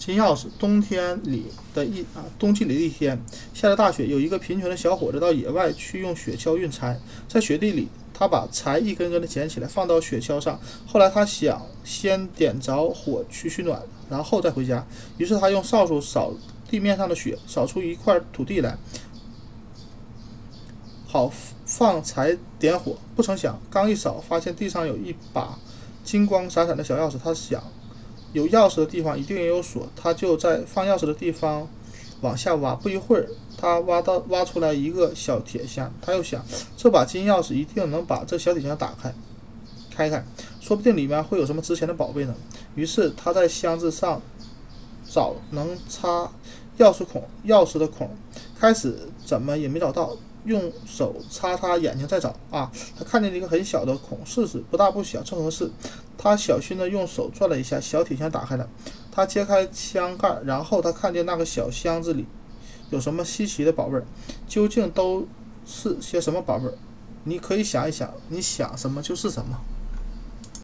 金钥匙。冬季里的一天，下着大雪，有一个贫穷的小伙子到野外去用雪橇运柴，在雪地里，他把柴一根根的捡起来，放到雪橇上。后来他想先点着火去取暖，然后再回家。于是他用扫帚扫地面上的雪，扫出一块土地来，好放柴点火。不成想，刚一扫，发现地上有一把金光闪闪的小钥匙。他想，有钥匙的地方一定也有锁，他就在放钥匙的地方往下挖。不一会儿，他挖出来一个小铁箱。他又想，这把金钥匙一定能把这小铁箱打开，说不定里面会有什么值钱的宝贝呢。于是他在箱子上找能插钥匙的孔，开始怎么也没找到，用手擦眼睛再找他看见了一个很小的孔，试试，不大不小，正合适。他小心地用手转了一下，小铁箱打开了。他揭开箱盖，然后他看见那个小箱子里有什么稀奇的宝贝，究竟都是些什么宝贝？你可以想一想，你想什么就是什么。